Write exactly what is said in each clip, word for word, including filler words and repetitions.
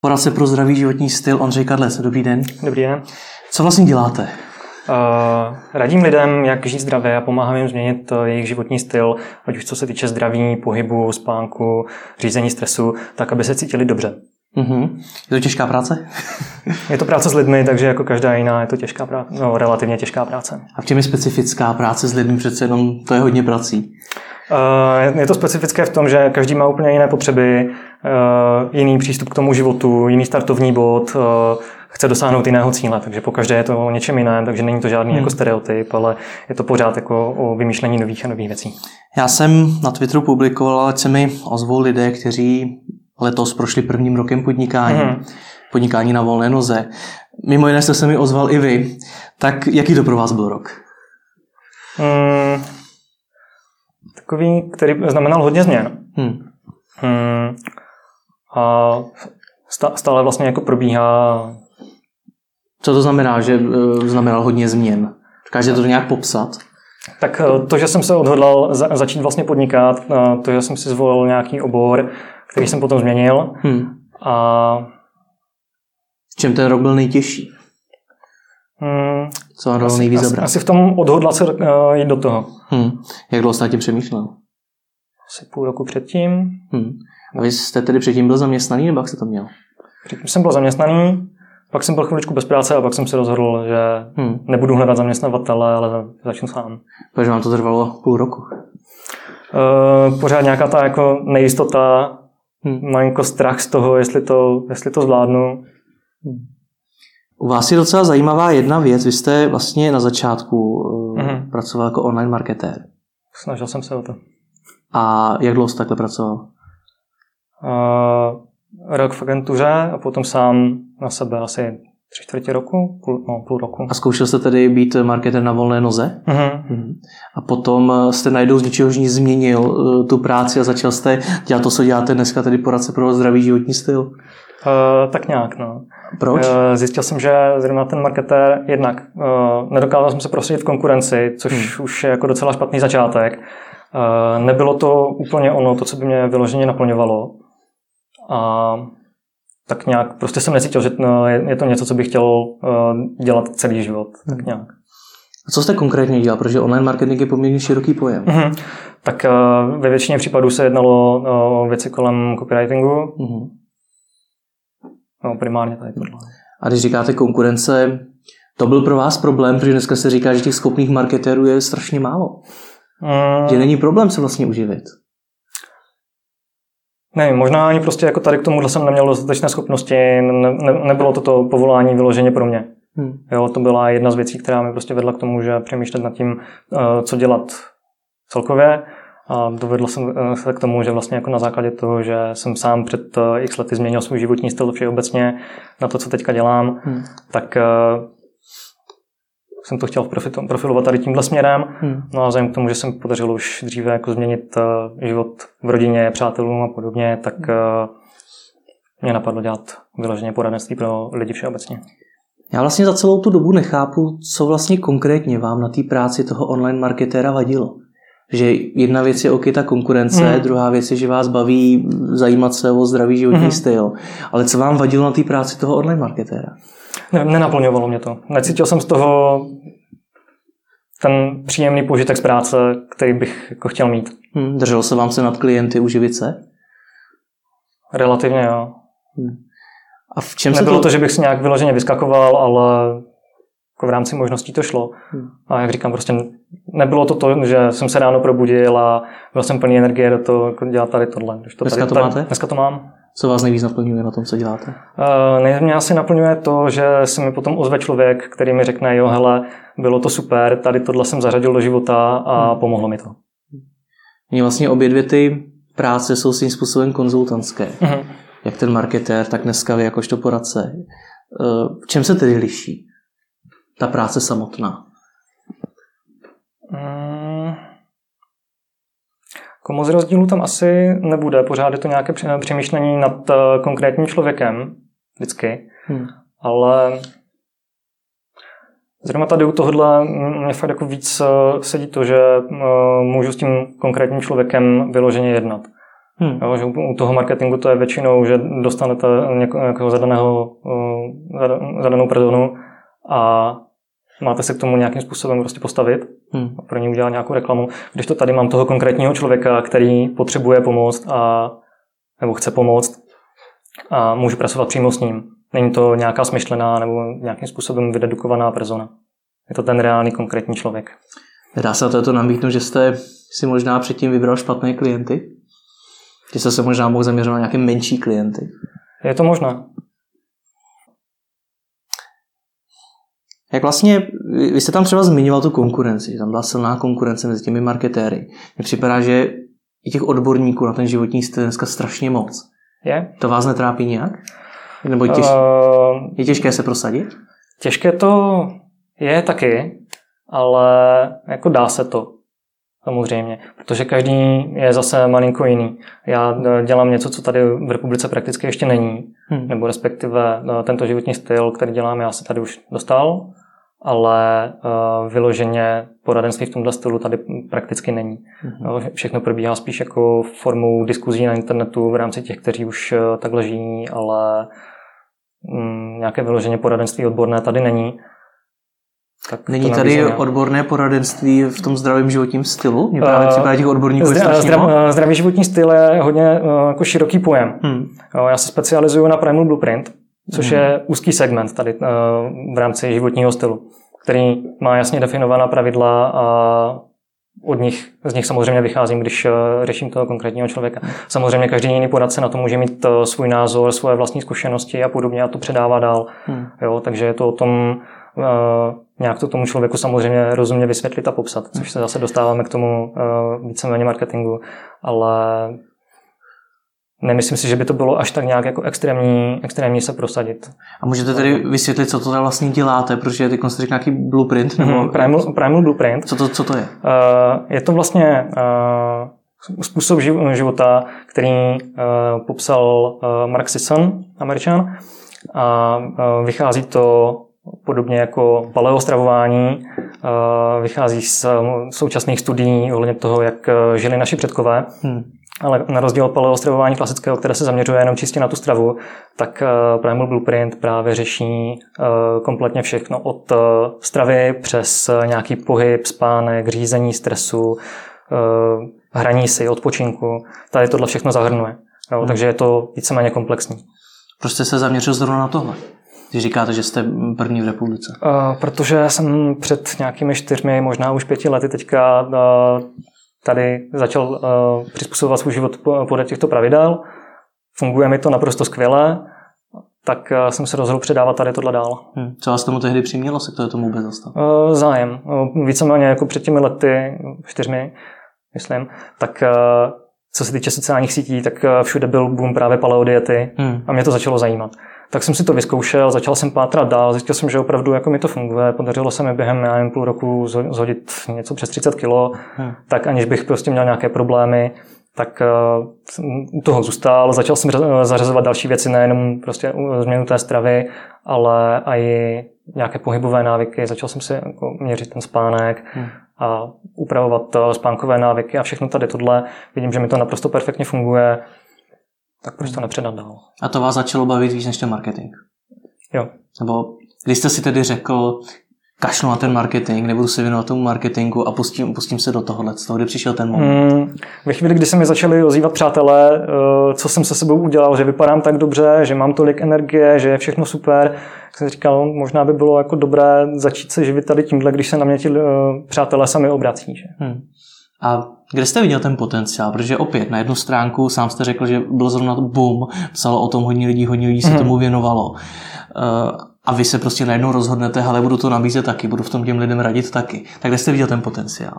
Poradce pro zdravý životní styl Ondřej Kadlec. Dobrý den. Dobrý den. Co vlastně děláte? Uh, radím lidem, jak žít zdravě a pomáhám jim změnit jejich životní styl, ať už co se týče zdraví, pohybu, spánku, řízení stresu, tak, aby se cítili dobře. Uh-huh. Je to těžká práce? Je to práce s lidmi, takže jako každá jiná je to těžká práce, no, relativně těžká práce. A v čem je specifická práce s lidmi? Přece jenom to je hodně prací. Uh, je to specifické v tom, že každý má úplně jiné potřeby, uh, jiný přístup k tomu životu, jiný startovní bod, uh, chce dosáhnout jiného cíle, takže po každé je to o něčem jiném, takže není to žádný hmm. jako stereotyp, ale je to pořád jako o vymýšlení nových a nových věcí. Já jsem na Twitteru publikoval, ale se mi ozvou lidé, kteří letos prošli prvním rokem podnikání, hmm. podnikání na volné noze. Mimo jiné jste se mi ozval i vy. Tak jaký to pro vás byl rok? Hmm. Takový, který znamenal hodně změn. Hmm. Hmm. A stále vlastně jako probíhá. Co to znamená, že znamenal hodně změn? Dokážete to nějak popsat? Tak to, že jsem se odhodlal za, začít vlastně podnikat, to, že jsem si zvolil nějaký obor, který jsem potom změnil. Hmm. A v čem ten rok byl nejtěžší? Hmm. Co vám dalo nejvíc zabrat? Asi v tom odhodlat se uh, jít do toho. Hmm. Jak dlouho jste na tím přemýšlel? Asi půl roku předtím. Hmm. A vy jste tedy předtím byl zaměstnaný, nebo jak jste to měl? Předtím jsem byl zaměstnaný, pak jsem byl chviličku bez práce a pak jsem se rozhodl, že hmm. nebudu hledat zaměstnavatele, ale začnu sám. Protože vám to trvalo půl roku? Uh, pořád nějaká ta jako nejistota, hmm. malinko strach z toho, jestli to, jestli to zvládnu. Hmm. U vás je docela zajímavá jedna věc. Vy jste vlastně na začátku mm-hmm. pracoval jako online marketér. Snažil jsem se o to. A jak dlouho jste takhle pracoval? Uh, rok v agentuře a potom sám na sebe asi tři čtvrtě roku, půl, no, půl roku. A zkoušel jste tedy být marketér na volné noze? Mm-hmm. Mm-hmm. A potom jste najednou z ničeho nic změnil uh, tu práci a začal jste dělat to, co děláte dneska, tedy poradce pro zdravý životní styl? Uh, tak nějak, no. Proč? Uh, zjistil jsem, že zrovna ten marketér jednak uh, nedokázal jsem se prosadit v konkurenci, což hmm. už je jako docela špatný začátek. Uh, nebylo to úplně ono, to, co by mě vyloženě naplňovalo. A tak nějak, prostě jsem necítil, že no, je, je to něco, co bych chtěl uh, dělat celý život. Hmm. Tak nějak. A co jste konkrétně dělal? Protože online marketing je poměrně široký pojem. Uh-huh. Tak uh, ve většině případů se jednalo o věci kolem copywritingu. Uh-huh. No, primárně tady tohle. A když říkáte konkurence, to byl pro vás problém, protože dneska se říká, že těch schopných marketérů je strašně málo. Mm. Že není problém se vlastně uživit. Nevím, možná ani prostě jako tady k tomuhle jsem neměl dostatečné schopnosti, ne, ne, nebylo to to povolání vyloženě pro mě. Hmm. Jo, to byla jedna z věcí, která mi prostě vedla k tomu, že přemýšlet nad tím, co dělat celkově. A dovedl jsem se k tomu, že vlastně jako na základě toho, že jsem sám před x lety změnil svůj životní styl všeobecně na to, co teďka dělám, hmm. tak uh, jsem to chtěl profilovat tady tímhle směrem. Hmm. No a vzhledem k tomu, že jsem podařil už dříve jako změnit uh, život v rodině, přátelům a podobně, tak uh, mě napadlo dělat vyloženě poradenství pro lidi všeobecně. Já vlastně za celou tu dobu nechápu, co vlastně konkrétně vám na té práci toho online marketéra vadilo. Že jedna věc je ok, ta konkurence, hmm. druhá věc je, že vás baví zajímat se o zdravý životní hmm. styl. Ale co vám vadilo na té práci toho online marketéra? Ne, nenaplňovalo mě to. Necítil jsem z toho ten příjemný požitek z práce, který bych jako chtěl mít. Hmm. Drželo se vám se nad klienty uživit se? Relativně jo. Hmm. A v čem Nebylo se to... to, že bych si nějak vyloženě vyskakoval, ale jako v rámci možností to šlo. Hmm. A jak říkám, prostě nebylo to to, že jsem se ráno probudil a byl jsem plný energie do toho jako dělat tady tohle. To dneska tady, to tady, máte? Dneska to mám. Co vás nejvíc naplňuje na tom, co děláte? Uh, nejvíc mě asi naplňuje to, že se mi potom ozve člověk, který mi řekne, jo hele, bylo to super, tady tohle jsem zařadil do života a hmm. pomohlo mi to. Mně vlastně obě dvě ty práce jsou svým způsobem konzultantské. Hmm. Jak ten marketér, tak dneska vy jakožto poradce. V čem se tedy liší ta práce samotná? Hmm. Jako moc rozdílů tam asi nebude. Pořád je to nějaké přemýšlení nad konkrétním člověkem. Vždycky. Hmm. Ale zrovna tady u tohohle mě fakt jako víc sedí to, že můžu s tím konkrétním člověkem vyloženě jednat. Hmm. Jo, že u toho marketingu to je většinou, že dostanete nějakého zadaného, zadanou personu a máte se k tomu nějakým způsobem prostě postavit hmm. a pro ní udělat nějakou reklamu. Když to tady mám toho konkrétního člověka, který potřebuje pomoct a, nebo chce pomoct a můžu pracovat přímo s ním. Není to nějaká smyšlená nebo nějakým způsobem vydedukovaná persona. Je to ten reálný konkrétní člověk. Dá se na to namítnout, že jste si možná předtím vybral špatné klienty? Že jste se možná mohl zaměřovat na nějaké menší klienty? Je to možné. Jak vlastně, vy jste tam třeba zmiňoval tu konkurenci, tam byla silná konkurence mezi těmi marketéry. Mně připadá, že i těch odborníků na ten životní styl dneska strašně moc. Je? To vás netrápí nějak? Nebo je, těž, uh, je těžké se prosadit? Těžké to je taky, ale jako dá se to. Samozřejmě, protože každý je zase malinko jiný. Já dělám něco, co tady v republice prakticky ještě není, hmm. nebo respektive tento životní styl, který dělám, já se tady už dostal, ale uh, vyloženě poradenství v tomto stylu tady prakticky není. Hmm. Všechno probíhá spíš jako formou diskuzí na internetu v rámci těch, kteří už uh, takhle žijí, ale um, nějaké vyloženě poradenství odborné tady není. Tak není tady nabízeně. Odborné poradenství v tom zdravém životním stylu? Mě právě připadá těch odborníků Zdra, je strašně moc. Zdravý životní styl je hodně uh, jako široký pojem. Hmm. Já se specializuju na Primal Blueprint, což hmm. je úzký segment tady uh, v rámci životního stylu, který má jasně definovaná pravidla a od nich, z nich samozřejmě vycházím, když uh, řeším toho konkrétního člověka. Hmm. Samozřejmě každý jiný poradce na to může mít uh, svůj názor, svoje vlastní zkušenosti a podobně a to předává dál. Hmm. Jo, takže je to o tom uh, nějak to tomu člověku samozřejmě rozumně vysvětlit a popsat, což se zase dostáváme k tomu uh, víceméně marketingu, ale nemyslím si, že by to bylo až tak nějak jako extrémní, extrémně se prosadit. A můžete tedy vysvětlit, co to vlastně děláte, protože ty jste řekl nějaký blueprint? Nebo... Mm-hmm, primal, primal Blueprint. Co to, co to je? Uh, je to vlastně uh, způsob života, který uh, popsal uh, Mark Sisson, Američan, a uh, vychází to podobně jako paleostravování, vychází z současných studií ohledně toho, jak žili naši předkové. Hmm. Ale na rozdíl od paleostravování klasického, které se zaměřuje jenom čistě na tu stravu, tak Primal Blueprint právě řeší kompletně všechno od stravy přes nějaký pohyb, spánek, řízení stresu, hraní si, odpočinku. Tady tohle všechno zahrnuje. Hmm. Takže je to víceméně komplexní. Proč jste se zaměřil zrovna na tohle? Když říkáte, že jste první v republice. Uh, protože jsem před nějakými čtyřmi, možná už pěti lety teďka uh, tady začal uh, přizpůsobovat svůj život podle těchto pravidel. Funguje mi to naprosto skvěle, tak uh, jsem se rozhodl předávat tady tohle dál. Hmm. Co vás tomu tehdy přimělo se k tomu vůbec dostat? Uh, zájem. Uh, víceméně jako před těmi lety, čtyřmi, myslím, tak uh, co se týče sociálních sítí, tak uh, všude byl boom právě paleodiety hmm. a mě to začalo zajímat. Tak jsem si to vyzkoušel, začal jsem pátrat dál, zjistil jsem, že opravdu jako mi to funguje. Podařilo se mi během já nevím, půl roku zhodit něco přes třicet kilo, hmm. tak aniž bych prostě měl nějaké problémy, tak u uh, toho zůstal. Začal jsem zařazovat další věci, nejenom prostě změnu té stravy, ale i nějaké pohybové návyky. Začal jsem si jako měřit ten spánek hmm. a upravovat spánkové návyky a všechno tady tohle. Vidím, že mi to naprosto perfektně funguje. Tak proč to nepředat dál? A to vás začalo bavit víc než ten marketing? Jo. Nebo když jste si tedy řekl, kašlu na ten marketing, nebudu se věnovat tomu marketingu a pustím, pustím se do tohohle, z toho, kdy přišel ten moment? Hmm, ve chvíli, kdy se mi začali ozývat přátelé, co jsem se sebou udělal, že vypadám tak dobře, že mám tolik energie, že je všechno super, tak jsem říkal, možná by bylo jako dobré začít se živit tady tímhle, když se na mě ti přátelé sami obrací. Že? Hmm. A kde jste viděl ten potenciál? Protože opět na jednu stránku sám jste řekl, že byl zrovna boom, psalo o tom hodně lidí, hodně lidí se mm. tomu věnovalo. A vy se prostě najednou rozhodnete, hele, budu to nabízet taky, budu v tom těm lidem radit taky. Tak kde jste viděl ten potenciál?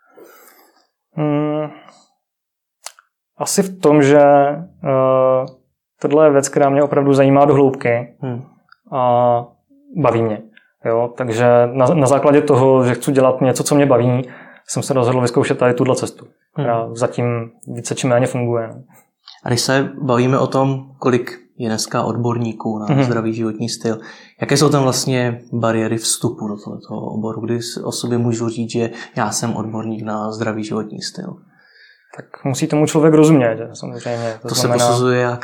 Hmm, asi v tom, že uh, tohle je věc, která mě opravdu zajímá do hloubky hmm. a baví mě. Jo? Takže na, na základě toho, že chci dělat něco, co mě baví, jsem se rozhodl vyzkoušet tady tuhle cestu, která hmm. zatím více či méně funguje. A když se bavíme o tom, kolik je dneska odborníků na hmm. zdravý životní styl, jaké jsou tam vlastně bariéry vstupu do tohoto oboru, kdy o sobě můžu říct, že já jsem odborník na zdravý životní styl? Tak musí tomu člověk rozumět, samozřejmě. To, to znamená, se posuzuje jak?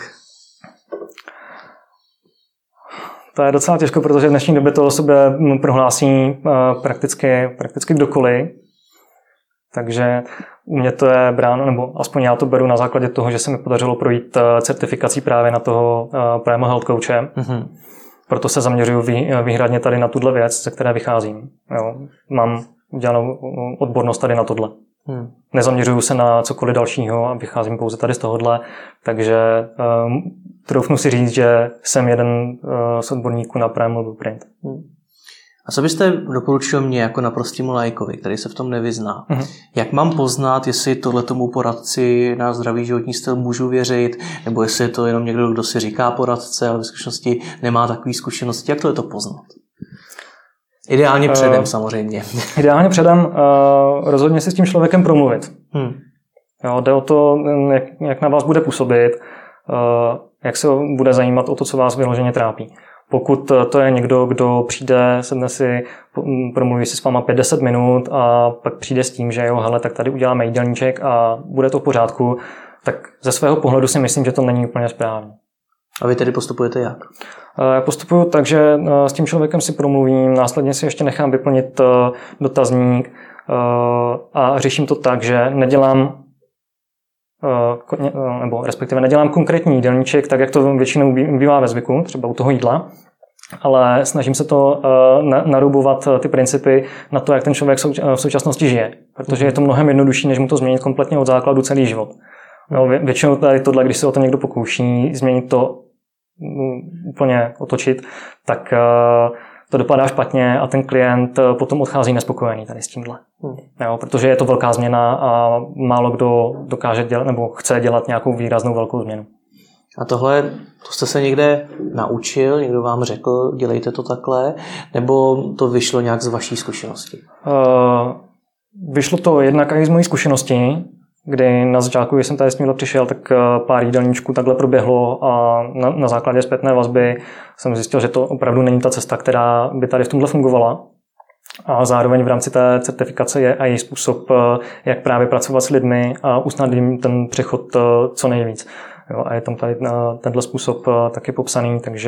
To je docela těžko, protože v dnešní době to o sobě prohlásí prakticky, prakticky kdokoliv. Takže u mě to je bráno, nebo aspoň já to beru na základě toho, že se mi podařilo projít certifikací právě na toho Primal Health Coache. Mm-hmm. Proto se zaměřuju výhradně tady na tuhle věc, ze které vycházím. Jo. Mám udělanou odbornost tady na tohle. Hmm. Nezaměřuju se na cokoliv dalšího a vycházím pouze tady z tohohle, takže um, troufnu si říct, že jsem jeden uh, z odborníků na Primal Blueprint. Hmm. A co byste doporučil mě jako naprostému laikovi, který se v tom nevyzná? Hmm. Jak mám poznat, jestli tohletomu poradci na zdravý životní styl můžu věřit, nebo jestli je to jenom někdo, kdo si říká poradce, ale v skutečnosti nemá takové zkušenosti? Jak tohle to poznat? Ideálně předem uh, samozřejmě. Ideálně předem uh, rozhodně si s tím člověkem promluvit. Hmm. Jo, jde o to, jak, jak na vás bude působit, uh, jak se bude zajímat o to, co vás vyloženě trápí. Pokud to je někdo, kdo přijde, sedne si, promluví si s váma pět deset minut a pak přijde s tím, že jo, hele, tak tady uděláme jídelníček a bude to v pořádku, tak ze svého pohledu si myslím, že to není úplně správně. A vy tedy postupujete jak? Já postupuju tak, že s tím člověkem si promluvím, následně si ještě nechám vyplnit dotazník a řeším to tak, že nedělám nebo respektive nedělám konkrétní jídelníček, tak jak to většinou bývá ve zvyku, třeba u toho jídla, ale snažím se to narubovat ty principy na to, jak ten člověk v současnosti žije, protože je to mnohem jednodušší, než mu to změnit kompletně od základu celý život. Jo, většinou tady tohle, když se o to někdo pokouší změnit to úplně otočit, tak to dopadá špatně a ten klient potom odchází nespokojený tady s tímhle. Hmm. Jo, protože je to velká změna a málo kdo dokáže dělat nebo chce dělat nějakou výraznou velkou změnu. A tohle, to jste se někde naučil, někdo vám řekl, dělejte to takhle, nebo to vyšlo nějak z vaší zkušenosti? Uh, vyšlo to jednak i z mojí zkušenosti, kdy na začátku, když jsem tady s tímhle přišel, tak pár jídelníčků takhle proběhlo a na, na základě zpětné vazby jsem zjistil, že to opravdu není ta cesta, která by tady v tomhle fungovala. A zároveň v rámci té certifikace je i způsob, jak právě pracovat s lidmi a usnadnit jim ten přechod co nejvíc. Jo, a je tam tady tenhle způsob taky popsaný, takže...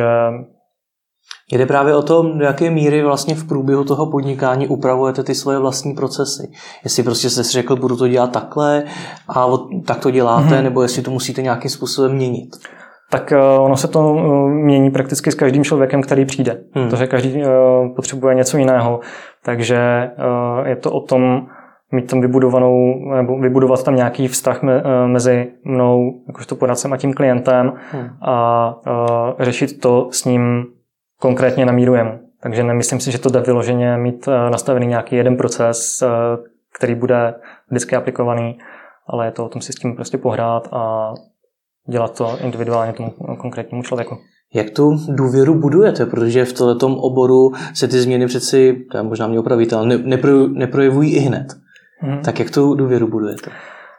Jde právě o to, do jaké míry vlastně v průběhu toho podnikání upravujete ty svoje vlastní procesy. Jestli prostě jste si řekl, budu to dělat takhle a tak to děláte, mm-hmm. nebo jestli to musíte nějakým způsobem měnit. Tak ono se to mění prakticky s každým člověkem, který přijde, hmm. protože každý potřebuje něco jiného. Takže je to o tom mít tam vybudovanou, nebo vybudovat tam nějaký vztah mezi mnou, jakožto poradcem a tím klientem hmm. a řešit to s ním konkrétně na míru jemu. Takže nemyslím si, že to jde vyloženě mít nastavený nějaký jeden proces, který bude vždycky aplikovaný, ale je to o tom si s tím prostě pohrát a dělat to individuálně tomu konkrétnímu člověku. Jak tu důvěru budujete? Protože v tomto oboru se ty změny přeci, to je možná mě opravíte, ale neprojevují i hned. Hmm. Tak jak tu důvěru budujete?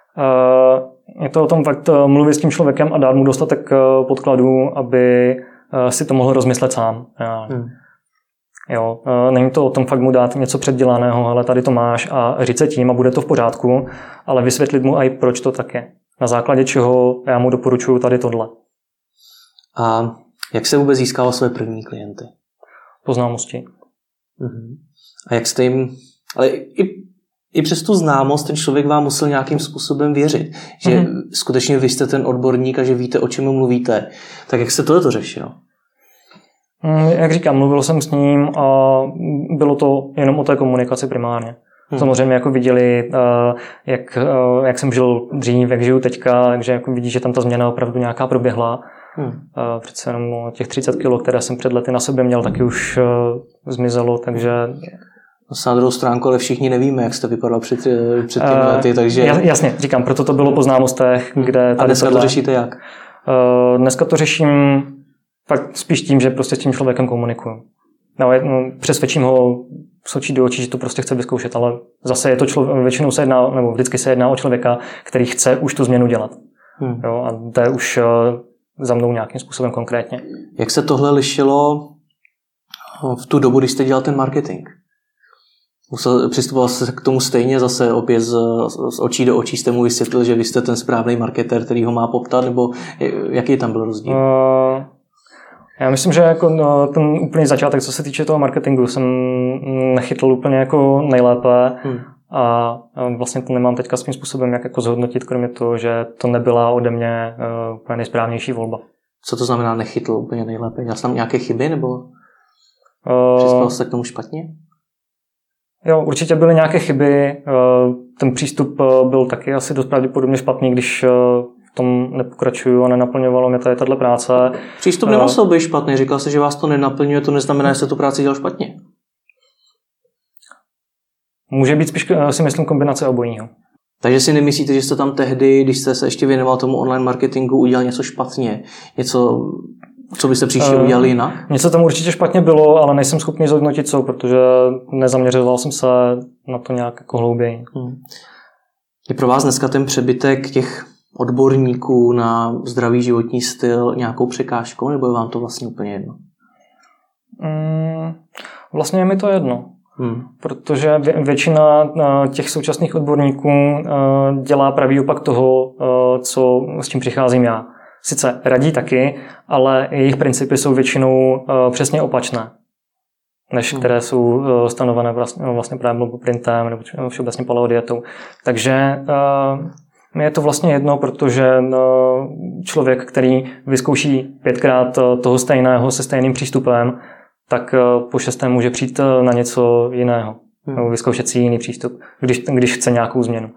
Uh, je to o tom fakt mluvit s tím člověkem a dát mu dostatek podkladů, aby si to mohl rozmyslet sám. Hmm. Jo, není to o tom fakt mu dát něco předdělaného, ale tady to máš a říct se tím a bude to v pořádku, ale vysvětlit mu i proč to tak je. Na základě čeho já mu doporučuji tady tohle. A jak se vůbec získalo své první klienty? Po známosti. Uh-huh. A jak jste jim... Ale i, i přes tu známost ten člověk vám musel nějakým způsobem věřit, že uh-huh. skutečně vy jste ten odborník a že víte, o čem mluvíte. Tak jak jste tohleto řešil? Jak říkám, mluvil jsem s ním a bylo to jenom o té komunikaci primárně. Hmm. Samozřejmě jako viděli, jak, jak jsem žil dřív, jak žiju teďka, takže jako vidí, že tam ta změna opravdu nějaká proběhla. Hmm. Přece jenom těch třicet kilo, které jsem před lety na sobě měl, taky už zmizelo, takže... Na druhou stránku, ale všichni nevíme, jak jste vypadal před, před těmi lety, takže... Jasně, říkám, proto to bylo po známostech, kde... A dneska to řešíte jak? Dneska to řeším fakt spíš tím, že prostě s tím člověkem komunikuju. No, přesvědčím ho z očí do očí, že to prostě chce vyzkoušet, ale zase je to člověk, většinou se jedná, nebo vždycky se jedná o člověka, který chce už tu změnu dělat. Hmm. Jo, a jde už za mnou nějakým způsobem konkrétně. Jak se tohle lišilo v tu dobu, když jste dělal ten marketing? Musel, přistupoval se k tomu stejně zase opět z, z očí do očí jste mu vysvětlil, že vy jste ten správný marketér, který ho má poptat, nebo jaký tam byl rozdíl? Uh, já myslím, že jako no, ten úplný začátek, co se týče toho marketingu, jsem nechytl úplně jako nejlépe hmm. a vlastně to nemám teďka svým způsobem jak jako zhodnotit, kromě toho, že to nebyla ode mě uh, úplně nejsprávnější volba. Co to znamená nechytl úplně nejlépe? Měl jsi tam nějaké chyby, nebo uh, přispěl se k tomu špatně? Jo, určitě byly nějaké chyby. Ten přístup byl taky asi dost pravděpodobně špatný, když v tom nepokračuju a nenaplňovalo mě tady tato práce. Přístup nemusel být špatný. Říkal jsi, že vás to nenaplňuje, to neznamená, že jste tu práci dělal špatně. Může být spíš, si myslím, kombinace obojího. Takže si nemyslíte, že jste tam tehdy, když jste se ještě věnoval tomu online marketingu, udělal něco špatně? Něco, co byste příště uh, udělali jinak? Něco tam určitě špatně bylo, ale nejsem schopný zhodnotit co, protože nezaměřoval jsem se na to nějak jako hlouběji. Hmm. Je pro vás dneska ten přebytek těch odborníků na zdravý životní styl nějakou překážkou, nebo je vám to vlastně úplně jedno? Hmm, vlastně je mi to jedno. Hmm. Protože většina těch současných odborníků dělá pravý opak toho, co, s čím přicházím já. Sice radí taky, ale jejich principy jsou většinou přesně opačné, než hmm. které jsou stanovené vlastně, vlastně právě blueprintem nebo všeobecně paleodietou. Takže mi je to vlastně jedno, protože člověk, který vyzkouší pětkrát toho stejného se stejným přístupem, tak po šesté může přijít na něco jiného. Hmm. Nebo vyzkoušet si jiný přístup, když, když chce nějakou změnu.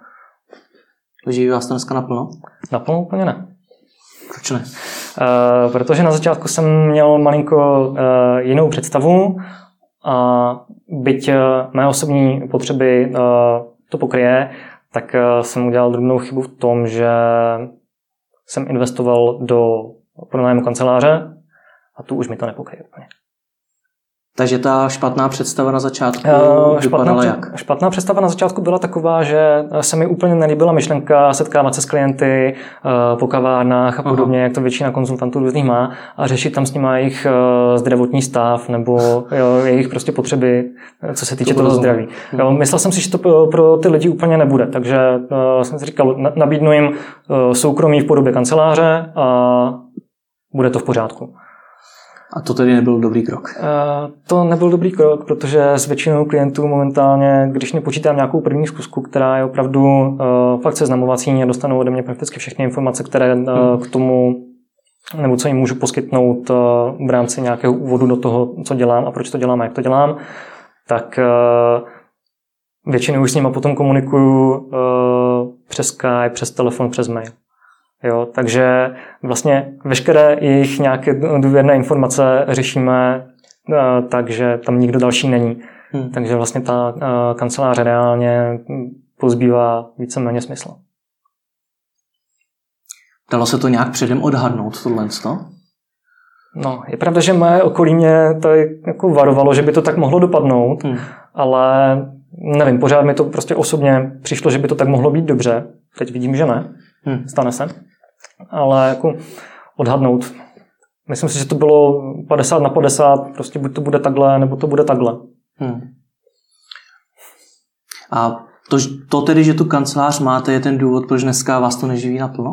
Živí vás to dneska naplno? Naplno úplně ne. Proč ne? Uh, protože na začátku jsem měl malinko uh, jinou představu a byť uh, mé osobní potřeby uh, to pokryje, tak uh, jsem udělal drobnou chybu v tom, že jsem investoval do pronájmu kanceláře a tu už mi to nepokryje úplně. Takže ta špatná představa na začátku uh, vypadala špatná, jak? Špatná představa na začátku byla taková, že se mi úplně nelíbila myšlenka setkávat se s klienty uh, po kavárnách a podobně, Aha. jak to většina konzultantů různých má, a řešit tam s nimi jejich uh, zdravotní stav nebo jo, jejich prostě potřeby, co se týče to toho zdraví. Jo, myslel jsem si, že to pro ty lidi úplně nebude, takže uh, jsem si říkal, nabídnu jim uh, soukromí v podobě kanceláře a bude to v pořádku. A to tedy nebyl dobrý krok? Uh, to nebyl dobrý krok, protože s většinou klientů momentálně, když nepočítám nějakou první zkusku, která je opravdu uh, fakt seznamovací a dostanou ode mě prakticky všechny informace, které uh, hmm. k tomu, nebo co jim můžu poskytnout uh, v rámci nějakého úvodu do toho, co dělám a proč to dělám a jak to dělám, tak uh, většinou už s nimi potom komunikuju uh, přes Skype, přes telefon, přes mail. Jo, takže vlastně veškeré jejich nějaké důvěrné informace řešíme uh, tak, že tam nikdo další není. Hmm. Takže vlastně ta uh, kancelář reálně pozbývá víceméně smysl. Dalo se to nějak předem odhadnout, tohle? No, je pravda, že moje okolí mě tady jako varovalo, že by to tak mohlo dopadnout, hmm. ale nevím, pořád mi to prostě osobně přišlo, že by to tak mohlo být dobře. Teď vidím, že ne. Hmm. Stane se. Ale jako odhadnout. Myslím si, že to bylo padesát na padesát, prostě buď to bude takhle, nebo to bude takhle. Hmm. A to, to tedy, že tu kancelář máte, je ten důvod, proč dneska vás to neživí naplno?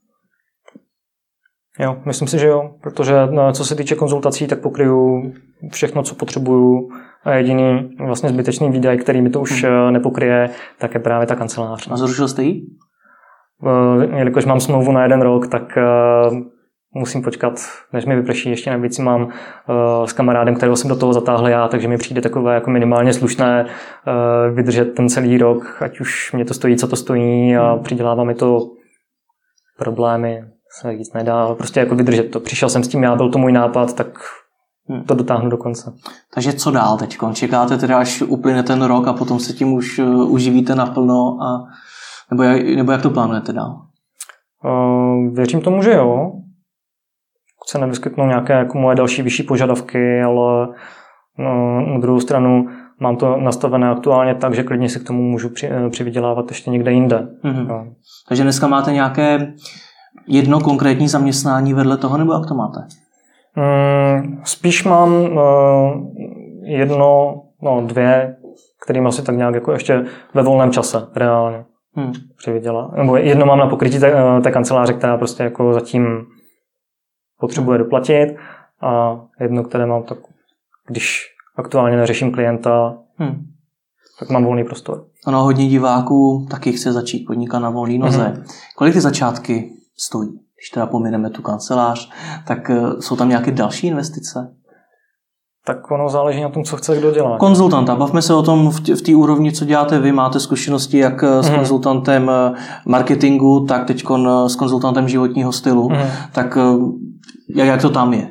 Jo, myslím si, že jo, protože no, co se týče konzultací, tak pokryju všechno, co potřebuju, a jediný vlastně zbytečný výdaj, který mi to už hmm. nepokryje, tak je právě ta kancelář. A zrušil jste ji? Jelikož mám smlouvu na jeden rok, tak uh, musím počkat, než mi vyprší. Ještě navíc mám uh, s kamarádem, kterého jsem do toho zatáhl já, takže mi přijde takové jako minimálně slušné uh, vydržet ten celý rok, ať už mě to stojí, co to stojí, a přidělává mi to problémy, se víc nedá, ale prostě jako vydržet to. Přišel jsem s tím já, byl to můj nápad, tak to dotáhnu do konce. Takže co dál teď? Čekáte teda, až uplyne ten rok a potom se tím už uh, uživíte naplno a Nebo jak, nebo jak to plánujete dál? Uh, věřím tomu, že jo. Se nevyskytnou nějaké jako moje další vyšší požadavky, ale no, na druhou stranu mám to nastavené aktuálně tak, že klidně si k tomu můžu při, přivydělávat ještě někde jinde. Mm-hmm. No. Takže dneska máte nějaké jedno konkrétní zaměstnání vedle toho, nebo jak to máte? Um, spíš mám uh, jedno, no dvě kterým asi tak nějak jako ještě ve volném čase reálně hmm. přivydělá. Nebo jedno mám na pokrytí té, té kanceláře, která prostě jako zatím potřebuje doplatit a jedno, které mám tak, když aktuálně neřeším klienta, hmm. tak mám volný prostor. Ano, hodně diváků taky chce začít podnikat na volný noze. Mm-hmm. Kolik ty začátky stojí? Když teda pomineme tu kancelář, tak jsou tam nějaké další investice? Tak ono záleží na tom, co chce kdo dělat. Konzultanta. Bavme se o tom v té úrovni, co děláte vy. Máte zkušenosti jak s mm-hmm. konzultantem marketingu, tak teď s konzultantem životního stylu. Mm-hmm. Tak jak, jak to tam je?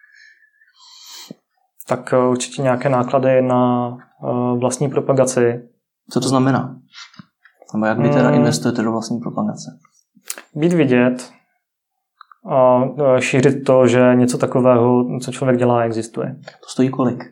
Tak určitě nějaké náklady na vlastní propagaci. Co to znamená? Nebo jak vy teda investujete do vlastní propagace? Být vidět a šířit to, že něco takového, co člověk dělá, existuje. To stojí kolik?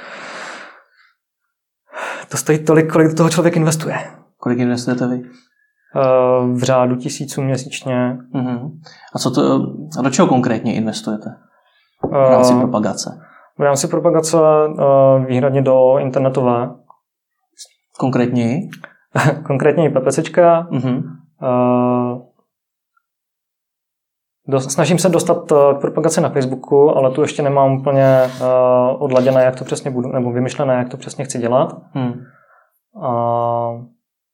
To stojí tolik, kolik do toho člověk investuje. Kolik investujete vy? V řádu tisíců měsíčně. Uh-huh. A co to, a do čeho konkrétně investujete? V rámci uh, propagace? V rámci propagace uh, výhradně do internetové. Konkrétně? Konkrétně i PPCčka. Uh-huh. Uh, do, snažím se dostat uh, k propagaci na Facebooku, ale tu ještě nemám úplně uh, odladěné, jak to přesně budu, nebo vymyšlené, jak to přesně chci dělat. Hmm. Uh,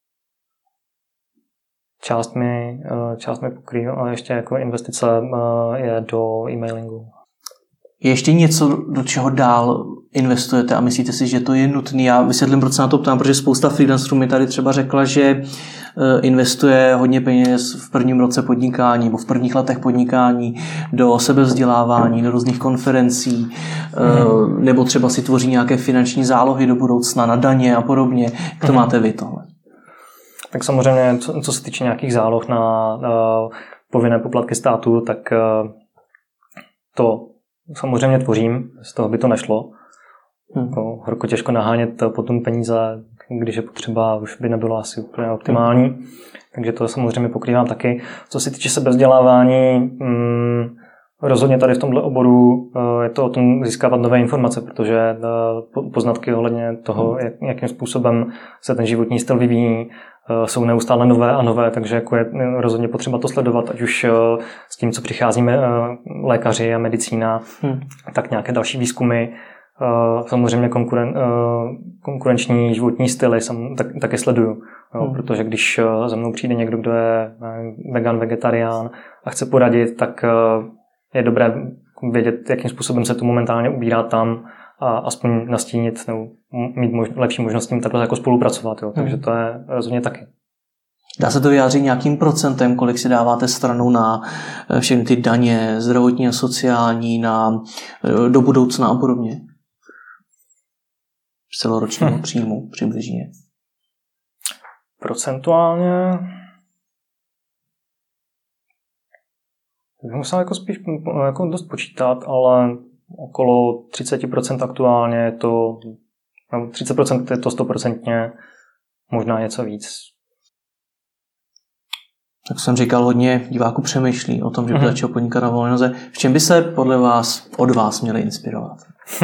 část mi, uh, část mi pokrývá, ale ještě jako investice uh, je do e-mailingu. Je ještě něco, do čeho dál investujete a myslíte si, že to je nutné? Já vysvětlím, proč se na to ptám, protože spousta freelancerů mi tady třeba řekla, že investuje hodně peněz v prvním roce podnikání nebo v prvních letech podnikání do sebevzdělávání, do různých konferencí, mm. nebo třeba si tvoří nějaké finanční zálohy do budoucna na daně a podobně. Jak to mm. máte vy tohle? Tak samozřejmě, co, co se týče nějakých záloh na uh, povinné poplatky státu, tak uh, to samozřejmě tvořím, z toho by to nešlo. Hmm. Jako horko těžko nahánět potom peníze, když je potřeba, už by nebylo asi úplně optimální. Hmm. Takže to samozřejmě pokrývám taky. Co se týče sebevzdělávání, mm, rozhodně tady v tomhle oboru uh, je to o tom získávat nové informace, protože uh, poznatky ohledně toho, hmm. jak, jakým způsobem se ten životní styl vyvíjí, uh, jsou neustále nové a nové, takže jako je rozhodně potřeba to sledovat, ať už uh, s tím, co přicházíme uh, lékaři a medicína, hmm. tak nějaké další výzkumy. Uh, samozřejmě konkuren, uh, konkurenční životní styly sam, tak, taky sleduju, jo, hmm. protože když uh, za mnou přijde někdo, kdo je uh, vegan, vegetarián a chce poradit, tak uh, je dobré vědět, jakým způsobem se to momentálně ubírá tam a aspoň nastínit nebo mít mož, lepší možnost s tím takhle jako spolupracovat. Jo. Takže to je rozhodně taky. Dá se to vyjádřit nějakým procentem, kolik si dáváte stranu na všechny ty daně, zdravotní a sociální, na, do budoucna a podobně? Celoročního hm. příjmu přibližně. Procentuálně bych musel jako spíš jako dost počítat, ale okolo třicet procent aktuálně je to, nebo třicet procent je to sto procent, možná něco víc. Tak jsem říkal, hodně diváků přemýšlí o tom, že by mm-hmm. začal podnikat na volné noze. V čem by se podle vás, od vás měli inspirovat?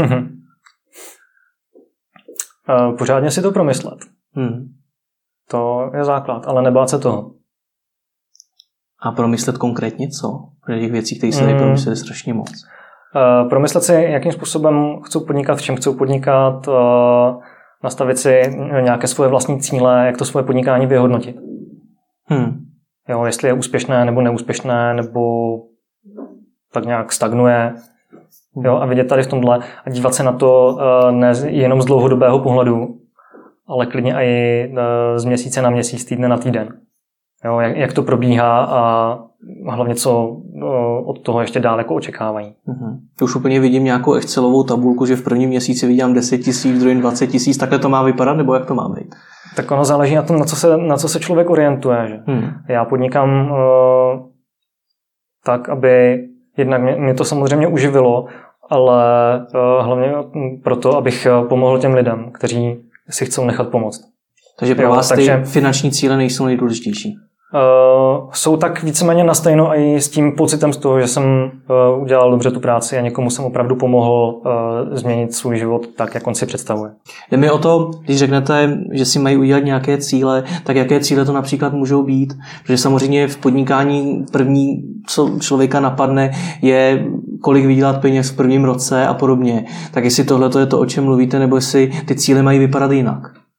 Pořádně si to promyslet. Hmm. To je základ, ale nebát se toho. A promyslet konkrétně co? Protože těch věcí, které se dají promyslet, je strašně moc. Uh, promyslet si, jakým způsobem chcou podnikat, v čem chcou podnikat, uh, nastavit si nějaké svoje vlastní cíle, jak to svoje podnikání vyhodnotit. Hmm. Jo, jestli je úspěšné nebo neúspěšné, nebo tak nějak stagnuje. Jo, a vidět tady v tomhle a dívat se na to uh, ne jenom z dlouhodobého pohledu, ale klidně i uh, z měsíce na měsíc, týdne na týden. Jo, jak, jak to probíhá a hlavně co uh, od toho ještě dál jako očekávají. Uh-huh. Už úplně vidím nějakou Excelovou tabulku, že v prvním měsíci vidím deset tisíc, v druhém dvacet tisíc, takhle to má vypadat, nebo jak to má být? Tak ono záleží na tom, na co se, na co se člověk orientuje. Že? Hmm. Já podnikám uh, tak, aby jednak mě, mě to samozřejmě uživilo, ale uh, hlavně proto, abych pomohl těm lidem, kteří si chcou nechat pomoct. Takže pro jo, vás takže, ty finanční cíle nejsou nejdůležitější? uh, jsou tak víceméně na stejno i s tím pocitem z toho, že jsem uh, udělal dobře tu práci a někomu jsem opravdu pomohl uh, změnit svůj život tak, jak on si představuje. Jde mi o to, když řeknete, že si mají udělat nějaké cíle, tak jaké cíle to například můžou být? Protože samozřejmě v podnikání první, co člověka napadne, je kolik vydělat peněz v prvním roce a podobně. Tak jestli tohle je to, o čem mluvíte, nebo jestli ty cíle mají vypadat jinak?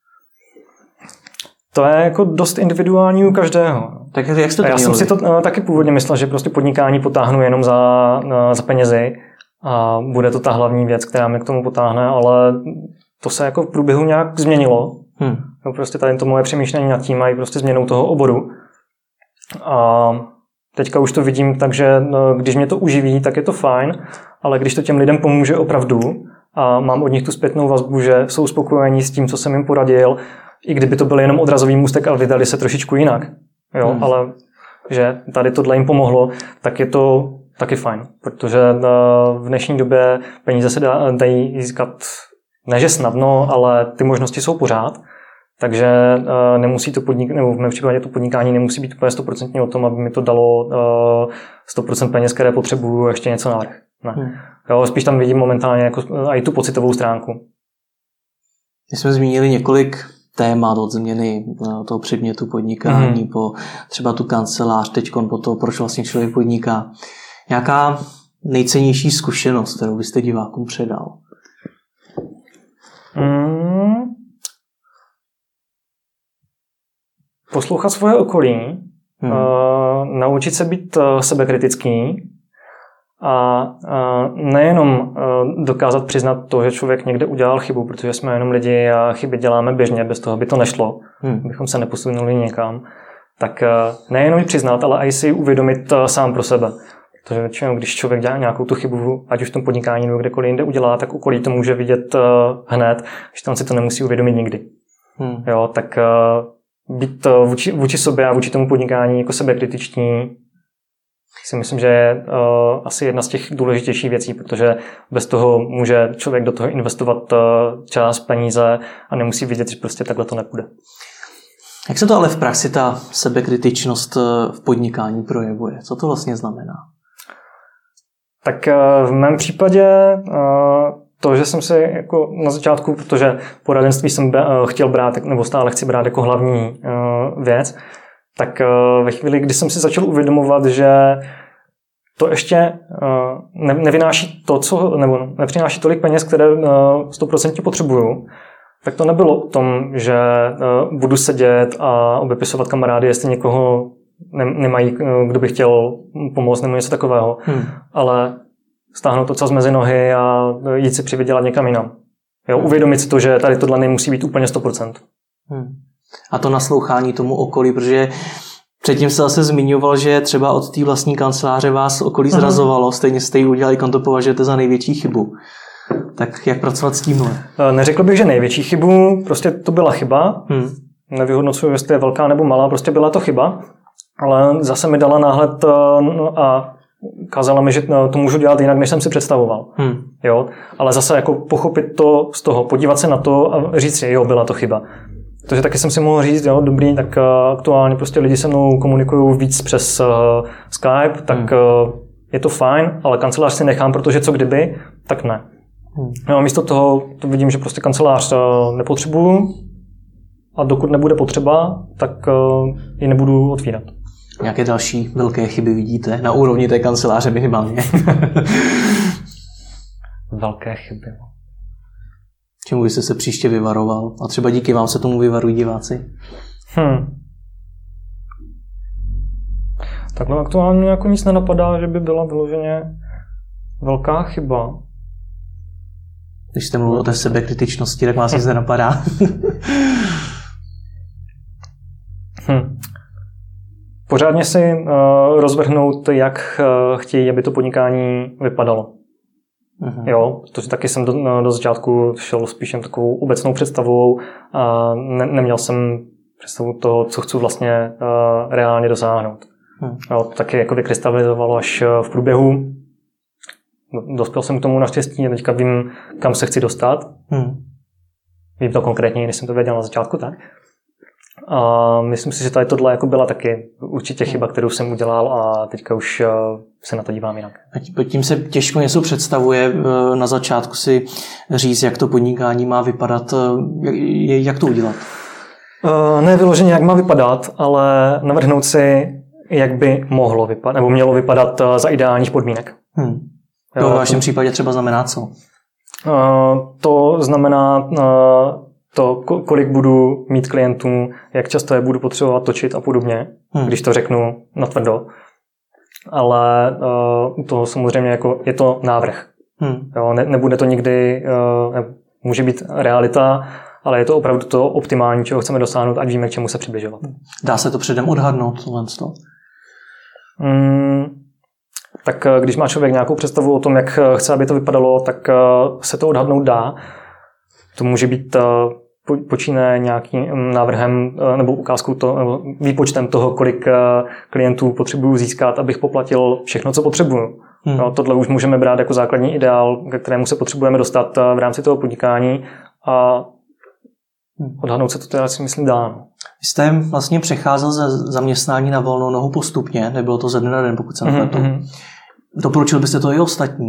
To je jako dost individuální u každého. Tak jak jste to Já měli? jsem si to uh, taky původně myslel, že prostě podnikání potáhnu jenom za, uh, za penězi a bude to ta hlavní věc, která mě k tomu potáhne, ale to se jako v průběhu nějak změnilo. Hmm. No, prostě tady to moje přemýšlení nad tím mají prostě změnou toho oboru. A teďka už to vidím, takže no, když mě to uživí, tak je to fajn, ale když to těm lidem pomůže opravdu a mám od nich tu zpětnou vazbu, že jsou spokojení s tím, co jsem jim poradil, i kdyby to byl jenom odrazový můstek a vydali se trošičku jinak, jo, hmm. ale že tady tohle jim pomohlo, tak je to taky fajn, protože v dnešní době peníze se dá, dají získat ne že snadno, ale ty možnosti jsou pořád, takže nemusí to podnik, nebo v mém případě to podnikání nemusí být úplně sto procent o tom, aby mi to dalo sto procent peněz, které potřebuju, ještě něco navrch. Ne. Hmm. Jo, spíš tam vidím momentálně jako i tu pocitovou stránku. My jsme zmínili několik témat od změny toho předmětu podnikání hmm. po třeba tu kancelář, teďkon po to, proč vlastně člověk podniká. Nějaká nejcennější zkušenost, kterou byste divákům předal? Hmm. Poslouchat svoje okolí, hmm. uh, naučit se být uh, sebekritický a uh, nejenom uh, dokázat přiznat to, že člověk někde udělal chybu, protože jsme jenom lidi a chyby děláme běžně, bez toho by to nešlo, hmm. bychom se neposunuli někam. Tak uh, nejenom ji přiznat, ale i si uvědomit uh, sám pro sebe. Protože většinou, když člověk dělá nějakou tu chybu, ať už v tom podnikání nebo kdekoliv jinde udělá, tak okolí to může vidět uh, hned, že tam si to nemusí uvědomit nikdy. Hmm. Jo, tak uh, být uh, vůči, vůči sobě a vůči tomu podnikání jako sebekritiční si myslím, že je uh, asi jedna z těch důležitějších věcí, protože bez toho může člověk do toho investovat uh, čas, peníze a nemusí vidět, že prostě takhle to nepůjde. Jak se to ale v praxi ta sebekritičnost v podnikání projevuje? Co to vlastně znamená? Tak uh, v mém případě uh, to, že jsem si jako na začátku, protože poradenství jsem uh, chtěl brát, nebo stále chci brát jako hlavní uh, věc, tak ve chvíli, kdy jsem si začal uvědomovat, že to ještě nevynáší to, co, nebo nepřináší tolik peněz, které sto procent potřebuju, tak to nebylo o tom, že budu sedět a obepisovat kamarády, jestli někoho nemají, kdo by chtěl pomoct nebo něco takového, hmm. ale stáhnout to čas mezi nohy a jít si přivydělat někam jinam. Jo, uvědomit si to, že tady tohle nemusí být úplně sto procent. Hmm. A to naslouchání tomu okolí, protože předtím se zase zmiňoval, že třeba od té vlastní kanceláře vás okolí zrazovalo, stejně jste ji udělali, kam to považujete za největší chybu. Tak jak pracovat s tímhle? Neřekl bych, že největší chybu, prostě to byla chyba. Hmm. Nevyhodnocuju, jestli je velká nebo malá, prostě byla to chyba. Ale zase mi dala náhled a ukázala mi, že to můžu dělat jinak, než jsem si představoval. Hmm. Jo? Ale zase jako pochopit to z toho, podívat se na to a říct si, jo, byla to chyba. Protože taky jsem si mohl říct, jo, dobrý, tak aktuálně prostě lidi se mnou komunikují víc přes uh, Skype, tak hmm. uh, je to fajn, ale kancelář si nechám, protože co kdyby, tak ne. Hmm. No, místo toho to vidím, že prostě kancelář uh, nepotřebuju a dokud nebude potřeba, tak uh, ji nebudu otvírat. Nějaké další velké chyby vidíte na úrovni té kanceláře minimálně? Velké chyby. Čemu byste se příště vyvaroval? A třeba díky vám se tomu vyvarují diváci? Hmm. Takhle aktuálně jako nic nenapadá, že by byla vyloženě velká chyba. Když jste mluvil o té sebekritičnosti, tak vás nic nenapadá. hmm. Pořádně si uh, rozvrhnout, jak uh, chtějí, aby to podnikání vypadalo. Uhum. Jo, protože taky jsem do, do začátku šel spíš jen takovou obecnou představou a ne, neměl jsem představu toho, co chci vlastně uh, reálně dosáhnout. Hmm. Jo, taky jako vykrystalizovalo až v průběhu. Dospěl jsem k tomu naštěstí a teďka vím, kam se chci dostat. Hmm. Vím to konkrétně, než jsem to věděl na začátku, tak. A myslím si, že tady tohle jako byla taky určitě chyba, kterou jsem udělal a teďka už se na to dívám jinak. A tím se těžko něco představuje na začátku si říct, jak to podnikání má vypadat, jak to udělat? Ne vyloženě, jak má vypadat, ale navrhnout si, jak by mohlo vypadat, nebo mělo vypadat za ideálních podmínek. Hmm. To v vašem případě třeba znamená co? To znamená to, kolik budu mít klientů, jak často je budu potřebovat točit a podobně, hmm. když to řeknu natvrdo. Ale u toho samozřejmě jako je to návrh. Hmm. Jo, ne, nebude to nikdy, ne, může být realita, ale je to opravdu to optimální, čeho chceme dosáhnout, ať víme, k čemu se přibližovat. Dá se to předem odhadnout? Tohle? Hmm. Tak když má člověk nějakou představu o tom, jak chce, aby to vypadalo, tak se to odhadnout dá. To může být počínaje nějakým návrhem nebo ukázkou to, nebo výpočtem toho, kolik klientů potřebuju získat, abych poplatil všechno, co potřebuju. Hmm. No, tohle už můžeme brát jako základní ideál, ke kterému se potřebujeme dostat v rámci toho podnikání a odhadnout se to teda si myslím dá. Vy jste vlastně přecházel ze zaměstnání na volnou nohu postupně, nebylo to ze dne na den, pokud se nepletu. Mm-hmm. Doporučil byste to i ostatní?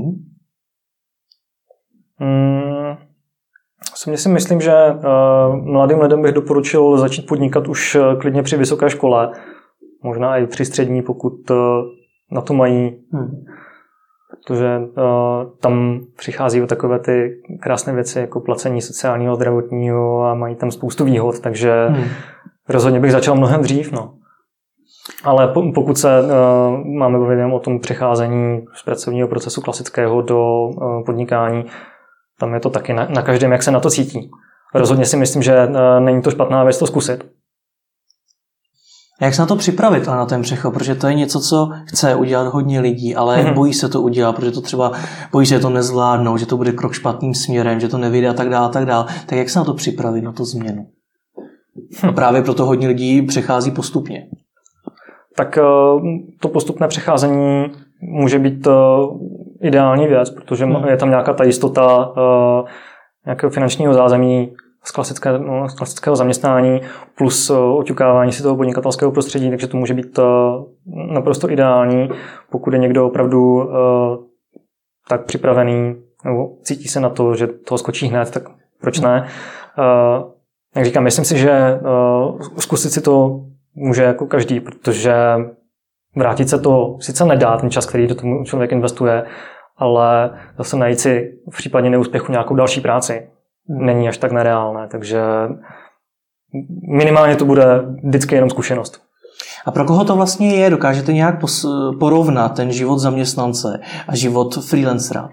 Mm, osobně si myslím, že uh, mladým lidem bych doporučil začít podnikat už uh, klidně při vysoké škole, možná i při střední, pokud uh, na to mají. Hmm. Protože uh, tam přichází o takové ty krásné věci jako placení sociálního, zdravotního a mají tam spoustu výhod, takže hmm. rozhodně bych začal mnohem dřív. No. Ale po, pokud se uh, máme bavit o tom přecházení z pracovního procesu klasického do uh, podnikání, tam je to taky na, na každém, jak se na to cítí. Rozhodně si myslím, že uh, není to špatná věc to zkusit. Jak se na to připravit, ale na ten přechod? Protože to je něco, co chce udělat hodně lidí, ale mm-hmm. bojí se to udělat, protože to třeba bojí se, že to nezvládnou, že to bude krok špatným směrem, že to nevyjde a tak dále, a tak dále. Tak jak se na to připravit, na tu změnu? Hm. A právě proto hodně lidí přechází postupně. Tak to postupné přecházení může být ideální věc, protože hmm. je tam nějaká ta jistota nějakého finančního zázemí z, klasické, no, z klasického zaměstnání plus oťukávání si toho podnikatelského prostředí, takže to může být naprosto ideální, pokud je někdo opravdu tak připravený nebo cítí se na to, že toho skočí hned, tak proč ne? Jak říkám, myslím si, že zkusit si to může jako každý, protože vrátit se to sice nedá, ten čas, který do toho člověk investuje, ale zase najít si v případě neúspěchu nějakou další práci není až tak nereálné, takže minimálně to bude vždycky jenom zkušenost. A pro koho to vlastně je? Dokážete nějak porovnat ten život zaměstnance a život freelancera?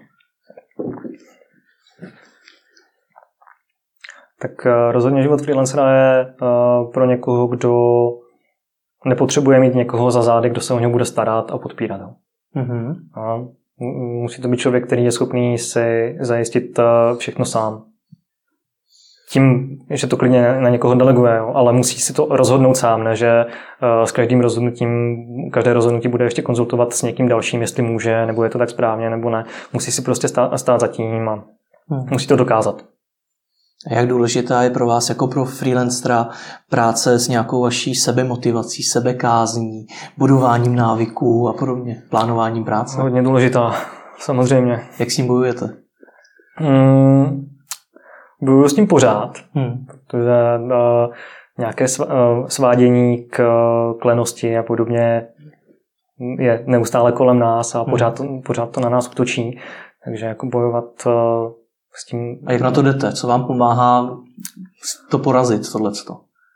Tak rozhodně život freelancera je pro někoho, kdo nepotřebuje mít někoho za zády, kdo se o něj bude starat a podpírat ho. Mm-hmm. A musí to být člověk, který je schopný si zajistit všechno sám. Tím, že to klidně na někoho deleguje, jo, ale musí si to rozhodnout sám, ne, že s každým rozhodnutím, každé rozhodnutí bude ještě konzultovat s někým dalším, jestli může, nebo je to tak správně, nebo ne. Musí si prostě stát, stát za tím a hmm. musí to dokázat. A jak důležitá je pro vás jako pro freelancera práce s nějakou vaší sebemotivací, sebekázní, budováním návyků a podobně, plánováním práce? Hodně důležitá, samozřejmě. Jak s tím bojujete? Hmm, bojuju s tím pořád, hmm. protože uh, nějaké svádění k, k lenosti a podobně je neustále kolem nás a pořád, hmm. pořád to na nás útočí. Takže jako bojovat uh, s tím... A jak na to jdete? Co vám pomáhá to porazit, tohleto?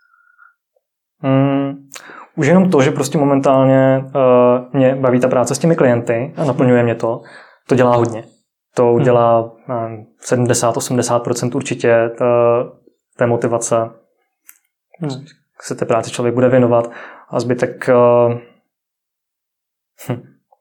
Hmm, už jenom to, že prostě momentálně uh, mě baví ta práce s těmi klienty a naplňuje mě to, to dělá hodně. To udělá hmm. sedmdesát až osmdesát procent určitě té motivace. Hmm. Se té práci člověk bude věnovat a zbytek uh, hm.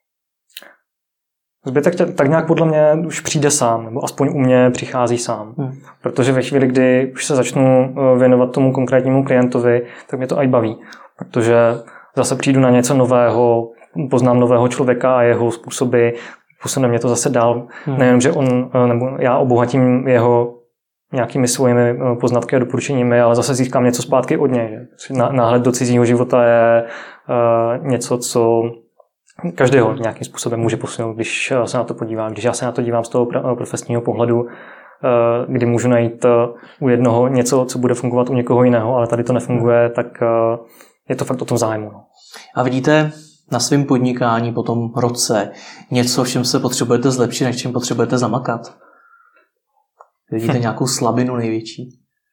zbytek tak nějak podle mě už přijde sám, nebo aspoň u mě přichází sám. Hmm. Protože ve chvíli, kdy už se začnu věnovat tomu konkrétnímu klientovi, tak mě to aj baví. Protože zase přijdu na něco nového, poznám nového člověka a jeho způsoby, posune mě to zase dál. Hmm. Nejenom, že on, nebo já obohatím jeho nějakými svými poznatky a doporučeními, ale zase získám něco zpátky od něj. Náhled do cizího života je uh, něco, co každého nějakým způsobem může posunout, když se na to podívám. Když já se na to dívám z toho profesního pohledu, uh, kdy můžu najít uh, u jednoho něco, co bude fungovat u někoho jiného, ale tady to nefunguje, tak uh, je to fakt o tom zájmu. No. A vidíte na svém podnikání po tom roce něco, v čem se potřebujete zlepšit, než čem potřebujete zamakat? Vidíte nějakou slabinu největší?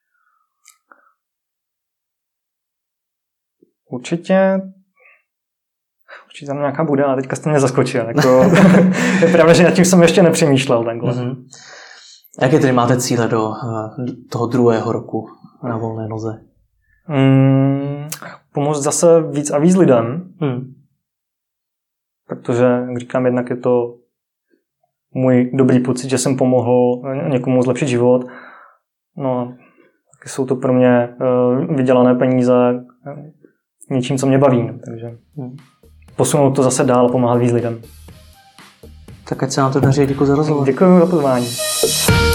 Určitě určitě tam nějaká bude, ale teďka jste mě zaskočil. Jako, je pravda, že nad tím jsem ještě nepřemýšlel. Takhle. Mm-hmm. Jaké tedy máte cíle do toho druhého roku na volné noze? Mm, pomoct zase víc a víc lidem. Mm. Protože, jak říkám, jednak je to můj dobrý pocit, že jsem pomohl někomu zlepšit život. No, taky jsou to pro mě uh, vydělané peníze něčím, co mě baví. No, takže hmm. posunout to zase dál a pomáhat víc lidem. Tak ať se nám to daří, děkuji za rozhovor. Děkuji za pozvání.